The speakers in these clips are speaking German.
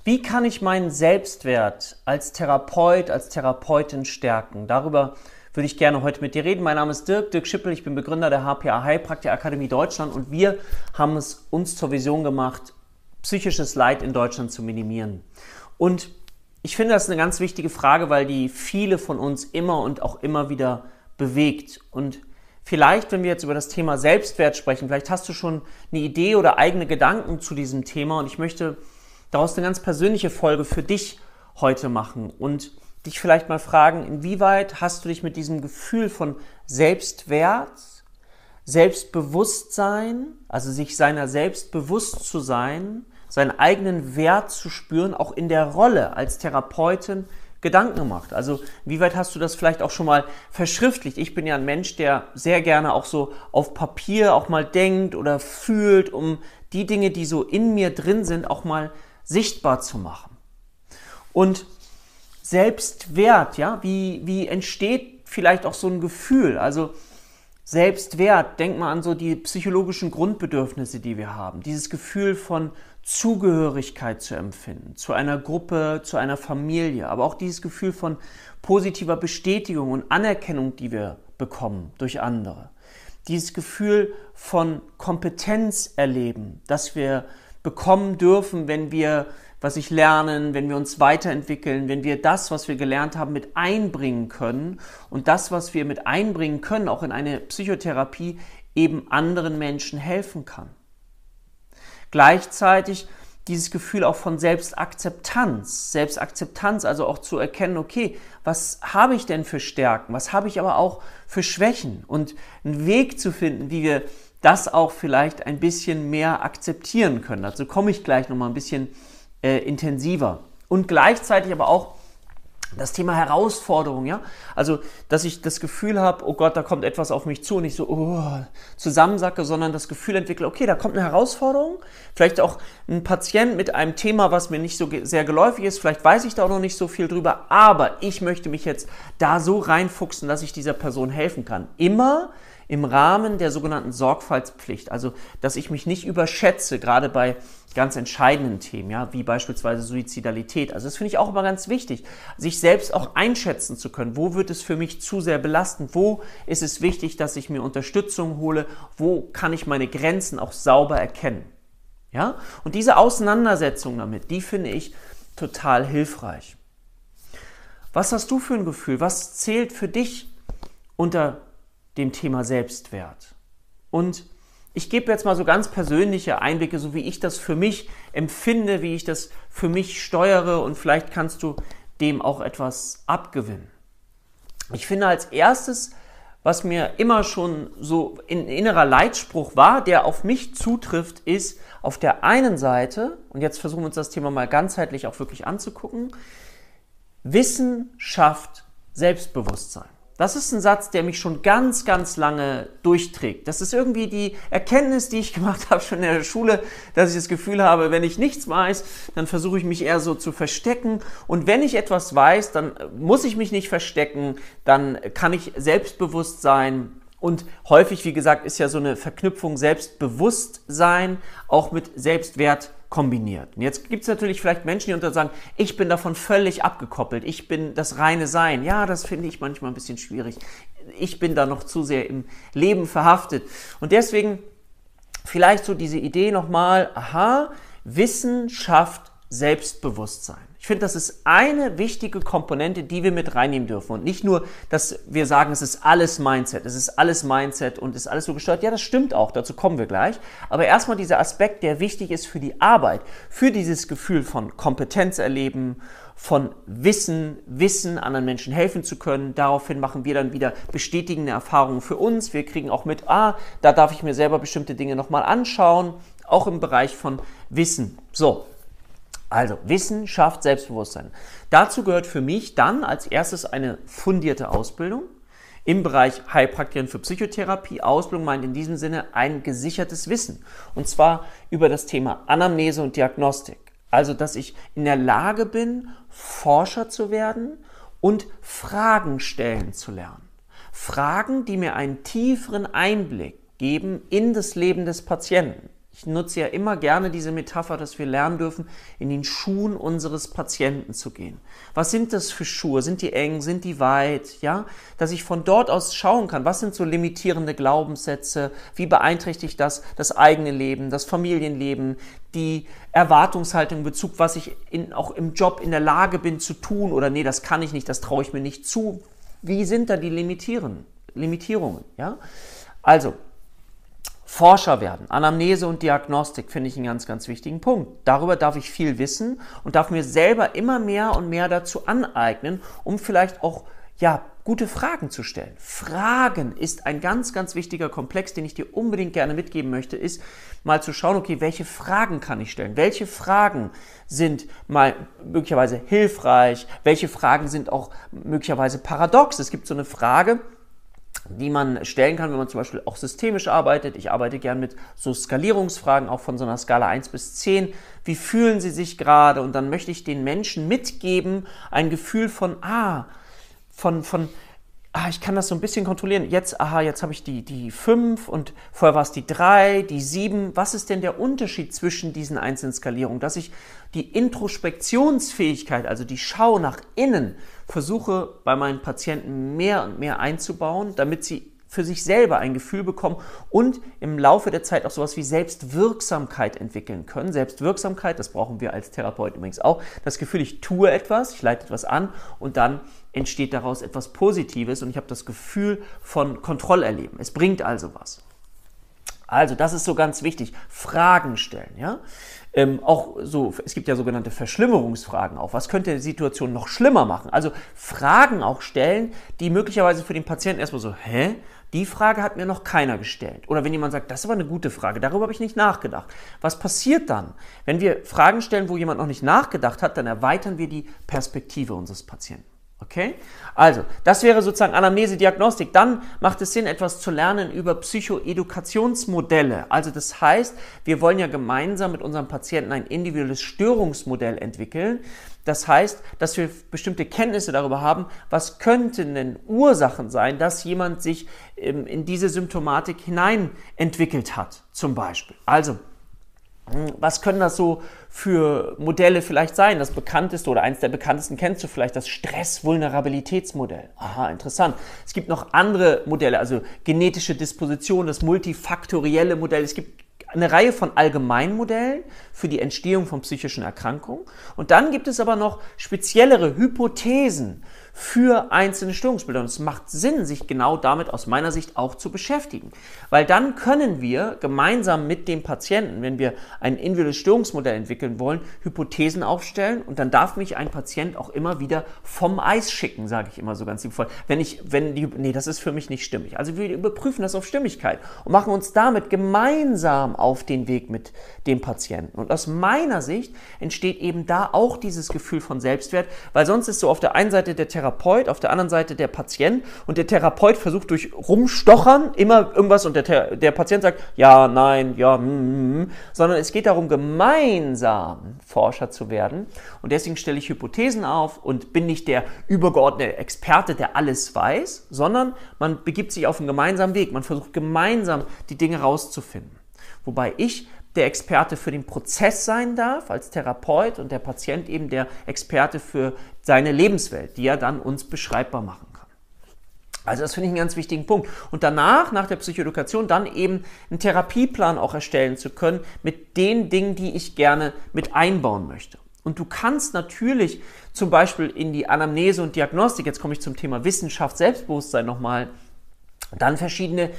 Wie kann ich meinen Selbstwert als Therapeut, als Therapeutin stärken? Darüber würde ich gerne heute mit dir reden. Mein Name ist Dirk Schippel, ich bin Begründer der HPA Heilpraktiker Akademie Deutschland und wir haben es uns zur Vision gemacht, psychisches Leid in Deutschland zu minimieren. Und ich finde, das ist eine ganz wichtige Frage, weil die viele von uns immer und auch immer wieder bewegt. Und vielleicht, wenn wir jetzt über das Thema Selbstwert sprechen, vielleicht hast du schon eine Idee oder eigene Gedanken zu diesem Thema und ich möchte daraus eine ganz persönliche Folge für dich heute machen und dich vielleicht mal fragen, inwieweit hast du dich mit diesem Gefühl von Selbstwert, Selbstbewusstsein, also sich seiner selbst bewusst zu sein, seinen eigenen Wert zu spüren, auch in der Rolle als Therapeutin Gedanken gemacht. Also wie weit hast du das vielleicht auch schon mal verschriftlicht? Ich bin ja ein Mensch, der sehr gerne auch so auf Papier auch mal denkt oder fühlt, um die Dinge, die so in mir drin sind, auch mal sichtbar zu machen. Und Selbstwert, ja, wie entsteht vielleicht auch so ein Gefühl? Also Selbstwert, denk mal an so die psychologischen Grundbedürfnisse, die wir haben. Dieses Gefühl von Zugehörigkeit zu empfinden, zu einer Gruppe, zu einer Familie, aber auch dieses Gefühl von positiver Bestätigung und Anerkennung, die wir bekommen durch andere. Dieses Gefühl von Kompetenz erleben, das wir bekommen dürfen, wenn wir, lernen, wenn wir uns weiterentwickeln, wenn wir das, was wir gelernt haben, mit einbringen können und das, was wir mit einbringen können, auch in eine Psychotherapie, eben anderen Menschen helfen kann. Gleichzeitig dieses Gefühl auch von Selbstakzeptanz, also auch zu erkennen, okay, was habe ich denn für Stärken, was habe ich aber auch für Schwächen und einen Weg zu finden, wie wir das auch vielleicht ein bisschen mehr akzeptieren können. Dazu komme ich gleich nochmal ein bisschen intensiver. Und gleichzeitig aber auch das Thema Herausforderung, ja. Also, dass ich das Gefühl habe, oh Gott, da kommt etwas auf mich zu und ich so zusammensacke, sondern das Gefühl entwickle, okay, da kommt eine Herausforderung, vielleicht auch ein Patient mit einem Thema, was mir nicht so sehr geläufig ist, vielleicht weiß ich da auch noch nicht so viel drüber, aber ich möchte mich jetzt da so reinfuchsen, dass ich dieser Person helfen kann. Immer im Rahmen der sogenannten Sorgfaltspflicht, also dass ich mich nicht überschätze, gerade bei ganz entscheidenden Themen, ja, wie beispielsweise Suizidalität. Also das finde ich auch immer ganz wichtig, sich selbst auch einschätzen zu können. Wo wird es für mich zu sehr belastend? Wo ist es wichtig, dass ich mir Unterstützung hole? Wo kann ich meine Grenzen auch sauber erkennen? Ja? Und diese Auseinandersetzung damit, die finde ich total hilfreich. Was hast du für ein Gefühl? Was zählt für dich unter dem Thema Selbstwert? Und ich gebe jetzt mal so ganz persönliche Einblicke, so wie ich das für mich empfinde, wie ich das für mich steuere und vielleicht kannst du dem auch etwas abgewinnen. Ich finde als erstes, was mir immer schon so ein innerer Leitspruch war, der auf mich zutrifft, ist auf der einen Seite, und jetzt versuchen wir uns das Thema mal ganzheitlich auch wirklich anzugucken, Wissen schafft Selbstbewusstsein. Das ist ein Satz, der mich schon ganz, ganz lange durchträgt. Das ist irgendwie die Erkenntnis, die ich gemacht habe schon in der Schule, dass ich das Gefühl habe, wenn ich nichts weiß, dann versuche ich mich eher so zu verstecken. Und wenn ich etwas weiß, dann muss ich mich nicht verstecken, dann kann ich selbstbewusst sein. Und häufig, wie gesagt, ist ja so eine Verknüpfung Selbstbewusstsein auch mit Selbstwert kombiniert. Und jetzt gibt es natürlich vielleicht Menschen, die unter sagen, ich bin davon völlig abgekoppelt, ich bin das reine Sein. Ja, das finde ich manchmal ein bisschen schwierig. Ich bin da noch zu sehr im Leben verhaftet. Und deswegen vielleicht so diese Idee nochmal, Wissen schafft Selbstbewusstsein. Ich finde, das ist eine wichtige Komponente, die wir mit reinnehmen dürfen. Und nicht nur, dass wir sagen, es ist alles Mindset und ist alles so gesteuert. Ja, das stimmt auch, dazu kommen wir gleich. Aber erstmal dieser Aspekt, der wichtig ist für die Arbeit, für dieses Gefühl von Kompetenz erleben, von Wissen, anderen Menschen helfen zu können. Daraufhin machen wir dann wieder bestätigende Erfahrungen für uns. Wir kriegen auch mit, da darf ich mir selber bestimmte Dinge nochmal anschauen, auch im Bereich von Wissen. So. Also, Wissen schafft Selbstbewusstsein. Dazu gehört für mich dann als erstes eine fundierte Ausbildung im Bereich Heilpraktikerin für Psychotherapie. Ausbildung meint in diesem Sinne ein gesichertes Wissen. Und zwar über das Thema Anamnese und Diagnostik. Also, dass ich in der Lage bin, Forscher zu werden und Fragen stellen zu lernen. Fragen, die mir einen tieferen Einblick geben in das Leben des Patienten. Ich nutze ja immer gerne diese Metapher, dass wir lernen dürfen, in den Schuhen unseres Patienten zu gehen. Was sind das für Schuhe? Sind die eng? Sind die weit? Ja, dass ich von dort aus schauen kann, was sind so limitierende Glaubenssätze? Wie beeinträchtigt das eigene Leben, das Familienleben, die Erwartungshaltung in Bezug, was ich auch im Job in der Lage bin zu tun oder nee, das kann ich nicht, das traue ich mir nicht zu. Wie sind da die Limitierungen? Ja, also Forscher werden. Anamnese und Diagnostik finde ich einen ganz, ganz wichtigen Punkt. Darüber darf ich viel wissen und darf mir selber immer mehr und mehr dazu aneignen, um vielleicht auch gute Fragen zu stellen. Fragen ist ein ganz, ganz wichtiger Komplex, den ich dir unbedingt gerne mitgeben möchte, ist mal zu schauen, okay, welche Fragen kann ich stellen? Welche Fragen sind mal möglicherweise hilfreich? Welche Fragen sind auch möglicherweise paradox? Es gibt so eine Frage, die man stellen kann, wenn man zum Beispiel auch systemisch arbeitet. Ich arbeite gern mit so Skalierungsfragen, auch von so einer Skala 1 bis 10. Wie fühlen Sie sich gerade? Und dann möchte ich den Menschen mitgeben, ein Gefühl von, ich kann das so ein bisschen kontrollieren. Jetzt habe ich die 5 und vorher war es die 3, die 7. Was ist denn der Unterschied zwischen diesen einzelnen Skalierungen? Dass ich die Introspektionsfähigkeit, also die Schau nach innen, versuche bei meinen Patienten mehr und mehr einzubauen, damit sie für sich selber ein Gefühl bekommen und im Laufe der Zeit auch sowas wie Selbstwirksamkeit entwickeln können. Selbstwirksamkeit, das brauchen wir als Therapeuten übrigens auch. Das Gefühl, ich tue etwas, ich leite etwas an und dann entsteht daraus etwas Positives und ich habe das Gefühl von Kontrollerleben. Es bringt also was. Also, das ist so ganz wichtig. Fragen stellen, ja. Auch so, es gibt ja sogenannte Verschlimmerungsfragen auch. Was könnte die Situation noch schlimmer machen? Also Fragen auch stellen, die möglicherweise für den Patienten erstmal so, die Frage hat mir noch keiner gestellt. Oder wenn jemand sagt, das ist aber eine gute Frage, darüber habe ich nicht nachgedacht. Was passiert dann? Wenn wir Fragen stellen, wo jemand noch nicht nachgedacht hat, dann erweitern wir die Perspektive unseres Patienten. Okay? Also, das wäre sozusagen Anamnese, Diagnostik. Dann macht es Sinn, etwas zu lernen über Psychoedukationsmodelle. Also das heißt, wir wollen ja gemeinsam mit unserem Patienten ein individuelles Störungsmodell entwickeln. Das heißt, dass wir bestimmte Kenntnisse darüber haben, was könnten denn Ursachen sein, dass jemand sich in diese Symptomatik hinein entwickelt hat, zum Beispiel. Also, was können das so für Modelle vielleicht sein? Das bekannteste oder eins der bekanntesten kennst du vielleicht, das Stress-Vulnerabilitätsmodell. Aha, interessant. Es gibt noch andere Modelle, also genetische Disposition, das multifaktorielle Modell. Es gibt eine Reihe von Allgemeinmodellen für die Entstehung von psychischen Erkrankungen. Und dann gibt es aber noch speziellere Hypothesen für einzelne Störungsbilder. Und es macht Sinn, sich genau damit aus meiner Sicht auch zu beschäftigen. Weil dann können wir gemeinsam mit dem Patienten, wenn wir ein individuelles Störungsmodell entwickeln wollen, Hypothesen aufstellen. Und dann darf mich ein Patient auch immer wieder vom Eis schicken, sage ich immer so ganz liebevoll. Nee, das ist für mich nicht stimmig. Also wir überprüfen das auf Stimmigkeit und machen uns damit gemeinsam auf den Weg mit dem Patienten. Und aus meiner Sicht entsteht eben da auch dieses Gefühl von Selbstwert, weil sonst ist so auf der einen Seite der Therapeut, auf der anderen Seite der Patient und der Therapeut versucht durch Rumstochern immer irgendwas und der Patient sagt, ja, nein, ja, sondern es geht darum, gemeinsam Forscher zu werden und deswegen stelle ich Hypothesen auf und bin nicht der übergeordnete Experte, der alles weiß, sondern man begibt sich auf einen gemeinsamen Weg, man versucht gemeinsam die Dinge rauszufinden. Wobei ich der Experte für den Prozess sein darf als Therapeut und der Patient eben der Experte für seine Lebenswelt, die er dann uns beschreibbar machen kann. Also das finde ich einen ganz wichtigen Punkt. Und danach, nach der Psychoedukation, dann eben einen Therapieplan auch erstellen zu können mit den Dingen, die ich gerne mit einbauen möchte. Und du kannst natürlich zum Beispiel in die Anamnese und Diagnostik, jetzt komme ich zum Thema Wissenschaft, Selbstbewusstsein nochmal, dann verschiedene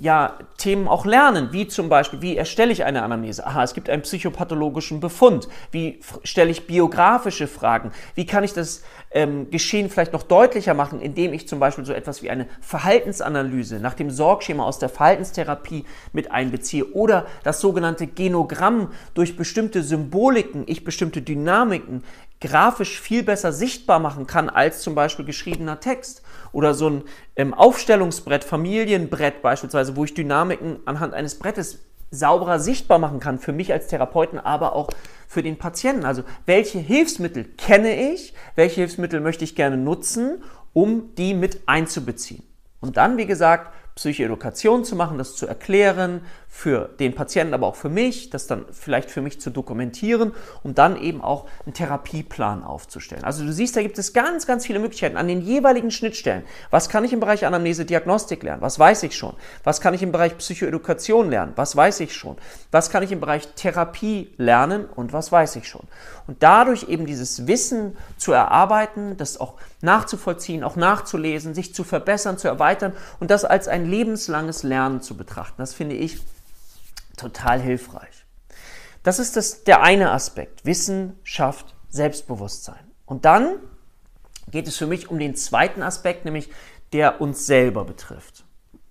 Themen auch lernen, wie zum Beispiel, wie erstelle ich eine Anamnese? Aha, es gibt einen psychopathologischen Befund. Wie stelle ich biografische Fragen? Wie kann ich das Geschehen vielleicht noch deutlicher machen, indem ich zum Beispiel so etwas wie eine Verhaltensanalyse nach dem Sorgschema aus der Verhaltenstherapie mit einbeziehe oder das sogenannte Genogramm durch bestimmte Symboliken, ich bestimmte Dynamiken grafisch viel besser sichtbar machen kann als zum Beispiel geschriebener Text oder so ein Aufstellungsbrett, Familienbrett beispielsweise, wo ich Dynamiken anhand eines Brettes sauberer sichtbar machen kann, für mich als Therapeuten, aber auch für den Patienten. Also welche Hilfsmittel kenne ich, welche Hilfsmittel möchte ich gerne nutzen, um die mit einzubeziehen. Und dann, wie gesagt, Psychoedukation zu machen, das zu erklären, für den Patienten, aber auch für mich, das dann vielleicht für mich zu dokumentieren, um dann eben auch einen Therapieplan aufzustellen. Also du siehst, da gibt es ganz, ganz viele Möglichkeiten an den jeweiligen Schnittstellen. Was kann ich im Bereich Anamnese, Diagnostik lernen? Was weiß ich schon? Was kann ich im Bereich Psychoedukation lernen? Was weiß ich schon? Was kann ich im Bereich Therapie lernen? Und was weiß ich schon? Und dadurch eben dieses Wissen zu erarbeiten, das auch nachzuvollziehen, auch nachzulesen, sich zu verbessern, zu erweitern und das als ein lebenslanges Lernen zu betrachten. Das finde ich total hilfreich. Das ist der eine Aspekt. Wissen schafft Selbstbewusstsein. Und dann geht es für mich um den zweiten Aspekt, nämlich der uns selber betrifft.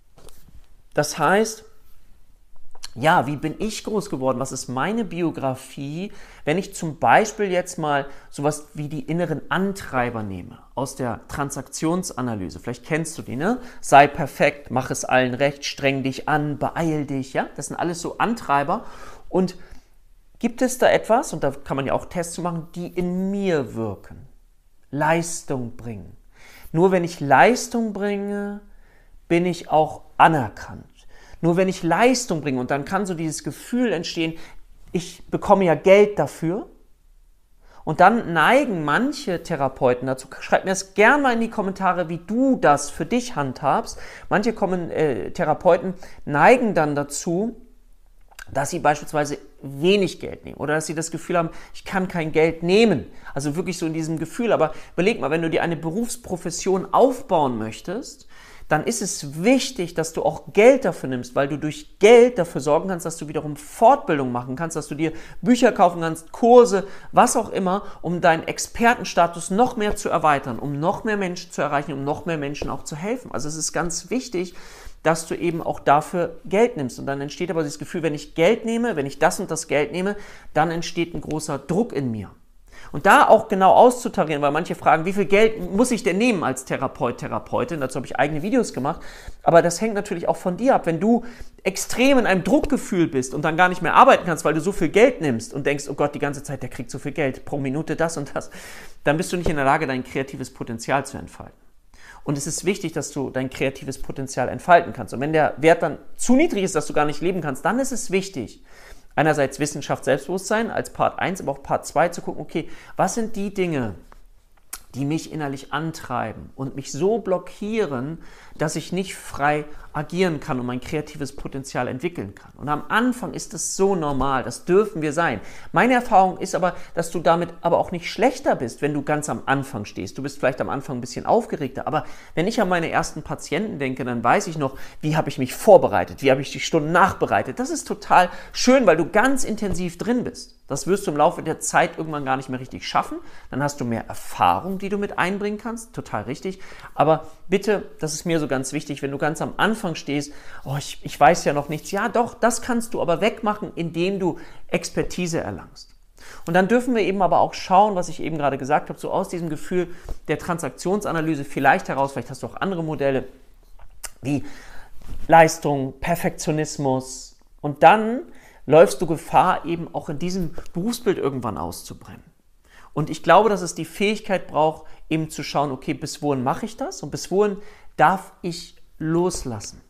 Das heißt, ja, wie bin ich groß geworden? Was ist meine Biografie, wenn ich zum Beispiel jetzt mal sowas wie die inneren Antreiber nehme aus der Transaktionsanalyse? Vielleicht kennst du die, ne? Sei perfekt, mach es allen recht, streng dich an, beeil dich, ja? Das sind alles so Antreiber. Und gibt es da etwas, und da kann man ja auch Tests zu machen, die in mir wirken, Leistung bringen? Nur wenn ich Leistung bringe, bin ich auch anerkannt. Nur wenn ich Leistung bringe, und dann kann so dieses Gefühl entstehen, ich bekomme ja Geld dafür. Und dann neigen manche Therapeuten dazu, schreib mir das gerne mal in die Kommentare, wie du das für dich handhabst. Manche Therapeuten neigen dann dazu, dass sie beispielsweise wenig Geld nehmen oder dass sie das Gefühl haben, ich kann kein Geld nehmen. Also wirklich so in diesem Gefühl. Aber überleg mal, wenn du dir eine Berufsprofession aufbauen möchtest, dann ist es wichtig, dass du auch Geld dafür nimmst, weil du durch Geld dafür sorgen kannst, dass du wiederum Fortbildung machen kannst, dass du dir Bücher kaufen kannst, Kurse, was auch immer, um deinen Expertenstatus noch mehr zu erweitern, um noch mehr Menschen zu erreichen, um noch mehr Menschen auch zu helfen. Also es ist ganz wichtig, dass du eben auch dafür Geld nimmst. Und dann entsteht aber das Gefühl, wenn ich Geld nehme, wenn ich das und das Geld nehme, dann entsteht ein großer Druck in mir. Und da auch genau auszutarieren, weil manche fragen, wie viel Geld muss ich denn nehmen als Therapeut, Therapeutin? Dazu habe ich eigene Videos gemacht. Aber das hängt natürlich auch von dir ab. Wenn du extrem in einem Druckgefühl bist und dann gar nicht mehr arbeiten kannst, weil du so viel Geld nimmst und denkst, oh Gott, die ganze Zeit, der kriegt so viel Geld, pro Minute das und das, dann bist du nicht in der Lage, dein kreatives Potenzial zu entfalten. Und es ist wichtig, dass du dein kreatives Potenzial entfalten kannst. Und wenn der Wert dann zu niedrig ist, dass du gar nicht leben kannst, dann ist es wichtig, einerseits Wissenschaft, Selbstbewusstsein als Part 1, aber auch Part 2 zu gucken, okay, was sind die Dinge, die mich innerlich antreiben und mich so blockieren, dass ich nicht frei agieren kann und mein kreatives Potenzial entwickeln kann. Und am Anfang ist das so normal, das dürfen wir sein. Meine Erfahrung ist aber, dass du damit aber auch nicht schlechter bist, wenn du ganz am Anfang stehst. Du bist vielleicht am Anfang ein bisschen aufgeregter, aber wenn ich an meine ersten Patienten denke, dann weiß ich noch, wie habe ich mich vorbereitet, wie habe ich die Stunden nachbereitet. Das ist total schön, weil du ganz intensiv drin bist. Das wirst du im Laufe der Zeit irgendwann gar nicht mehr richtig schaffen. Dann hast du mehr Erfahrung, die du mit einbringen kannst. Total richtig. Aber bitte, das ist mir so ganz wichtig, wenn du ganz am Anfang stehst, oh, ich weiß ja noch nichts. Ja, doch, das kannst du aber wegmachen, indem du Expertise erlangst. Und dann dürfen wir eben aber auch schauen, was ich eben gerade gesagt habe, so aus diesem Gefühl der Transaktionsanalyse vielleicht heraus, vielleicht hast du auch andere Modelle, wie Leistung, Perfektionismus. Und dann läufst du Gefahr, eben auch in diesem Berufsbild irgendwann auszubrennen. Und ich glaube, dass es die Fähigkeit braucht, eben zu schauen, okay, bis wohin mache ich das und bis wohin darf ich loslassen.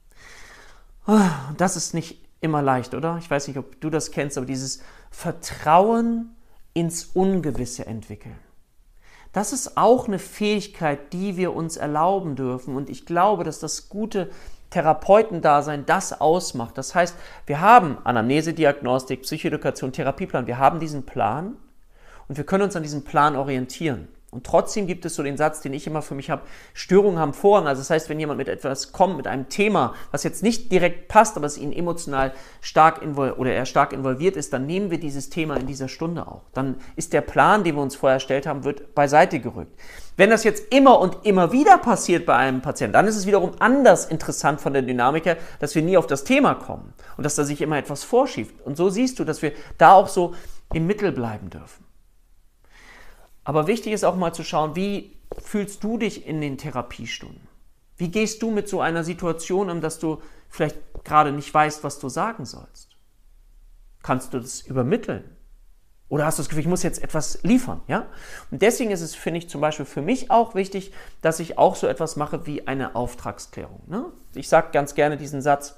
Das ist nicht immer leicht, oder? Ich weiß nicht, ob du das kennst, aber dieses Vertrauen ins Ungewisse entwickeln. Das ist auch eine Fähigkeit, die wir uns erlauben dürfen. Und ich glaube, dass das gute Therapeutendasein das ausmacht. Das heißt, wir haben Anamnese, Diagnostik, Psychoedukation, Therapieplan. Wir haben diesen Plan und wir können uns an diesem Plan orientieren. Und trotzdem gibt es so den Satz, den ich immer für mich habe, Störungen haben Vorrang. Also das heißt, wenn jemand mit etwas kommt, mit einem Thema, was jetzt nicht direkt passt, aber es ihn emotional stark involviert ist, dann nehmen wir dieses Thema in dieser Stunde auch. Dann ist der Plan, den wir uns vorher erstellt haben, wird beiseite gerückt. Wenn das jetzt immer und immer wieder passiert bei einem Patienten, dann ist es wiederum anders interessant von der Dynamik her, dass wir nie auf das Thema kommen und dass da sich immer etwas vorschiebt. Und so siehst du, dass wir da auch so im Mittel bleiben dürfen. Aber wichtig ist auch mal zu schauen, wie fühlst du dich in den Therapiestunden? Wie gehst du mit so einer Situation um, dass du vielleicht gerade nicht weißt, was du sagen sollst? Kannst du das übermitteln? Oder hast du das Gefühl, ich muss jetzt etwas liefern? Ja? Und deswegen ist es, finde ich, zum Beispiel für mich auch wichtig, dass ich auch so etwas mache wie eine Auftragsklärung. Ne? Ich sage ganz gerne diesen Satz,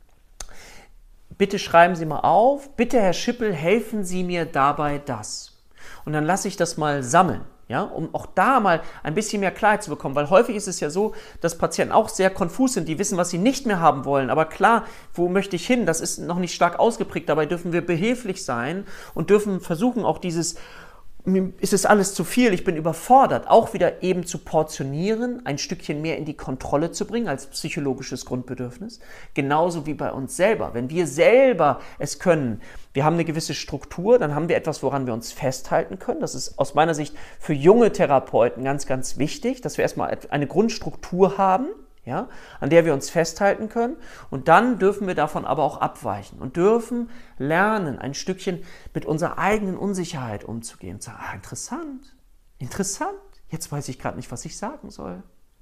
bitte schreiben Sie mal auf, bitte Herr Schippel, helfen Sie mir dabei das. Und dann lasse ich das mal sammeln. Ja, um auch da mal ein bisschen mehr Klarheit zu bekommen, weil häufig ist es ja so, dass Patienten auch sehr konfus sind, die wissen, was sie nicht mehr haben wollen, aber klar, wo möchte ich hin, das ist noch nicht stark ausgeprägt, dabei dürfen wir behilflich sein und dürfen versuchen, auch dieses, ist es alles zu viel, ich bin überfordert, auch wieder eben zu portionieren, ein Stückchen mehr in die Kontrolle zu bringen als psychologisches Grundbedürfnis, genauso wie bei uns selber. Wenn wir selber es können, wir haben eine gewisse Struktur, dann haben wir etwas, woran wir uns festhalten können. Das ist aus meiner Sicht für junge Therapeuten ganz, ganz wichtig, dass wir erstmal eine Grundstruktur haben, ja, an der wir uns festhalten können. Und dann dürfen wir davon aber auch abweichen und dürfen lernen, ein Stückchen mit unserer eigenen Unsicherheit umzugehen. Und sagen, interessant, jetzt weiß ich gerade nicht, was ich sagen soll.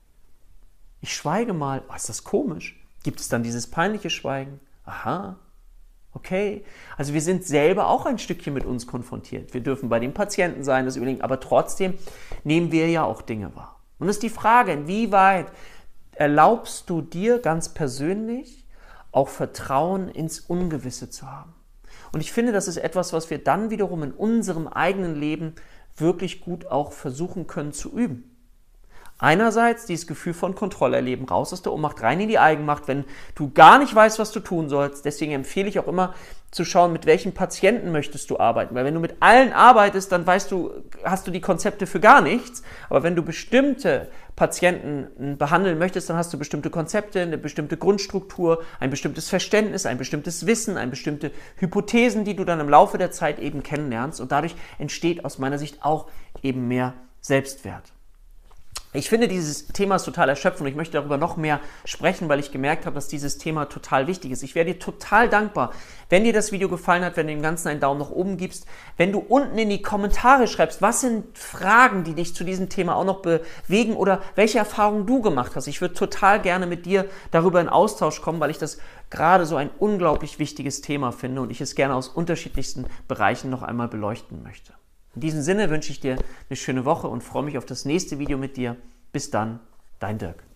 Ich schweige mal, ist das komisch? Gibt es dann dieses peinliche Schweigen? Aha, okay. Also wir sind selber auch ein Stückchen mit uns konfrontiert. Wir dürfen bei den Patienten sein, das überlegen, aber trotzdem nehmen wir ja auch Dinge wahr. Und es ist die Frage, inwieweit erlaubst du dir ganz persönlich auch Vertrauen ins Ungewisse zu haben? Und ich finde, das ist etwas, was wir dann wiederum in unserem eigenen Leben wirklich gut auch versuchen können zu üben. Einerseits dieses Gefühl von Kontrolle erleben, raus aus der Ohnmacht, rein in die Eigenmacht, wenn du gar nicht weißt, was du tun sollst. Deswegen empfehle ich auch immer zu schauen, mit welchen Patienten möchtest du arbeiten. Weil wenn du mit allen arbeitest, dann hast du die Konzepte für gar nichts. Aber wenn du bestimmte Patienten behandeln möchtest, dann hast du bestimmte Konzepte, eine bestimmte Grundstruktur, ein bestimmtes Verständnis, ein bestimmtes Wissen, eine bestimmte Hypothesen, die du dann im Laufe der Zeit eben kennenlernst. Und dadurch entsteht aus meiner Sicht auch eben mehr Selbstwert. Ich finde, dieses Thema ist total erschöpfend und ich möchte darüber noch mehr sprechen, weil ich gemerkt habe, dass dieses Thema total wichtig ist. Ich wäre dir total dankbar, wenn dir das Video gefallen hat, wenn du dem Ganzen einen Daumen nach oben gibst, wenn du unten in die Kommentare schreibst, was sind Fragen, die dich zu diesem Thema auch noch bewegen oder welche Erfahrungen du gemacht hast. Ich würde total gerne mit dir darüber in Austausch kommen, weil ich das gerade so ein unglaublich wichtiges Thema finde und ich es gerne aus unterschiedlichsten Bereichen noch einmal beleuchten möchte. In diesem Sinne wünsche ich dir eine schöne Woche und freue mich auf das nächste Video mit dir. Bis dann, dein Dirk.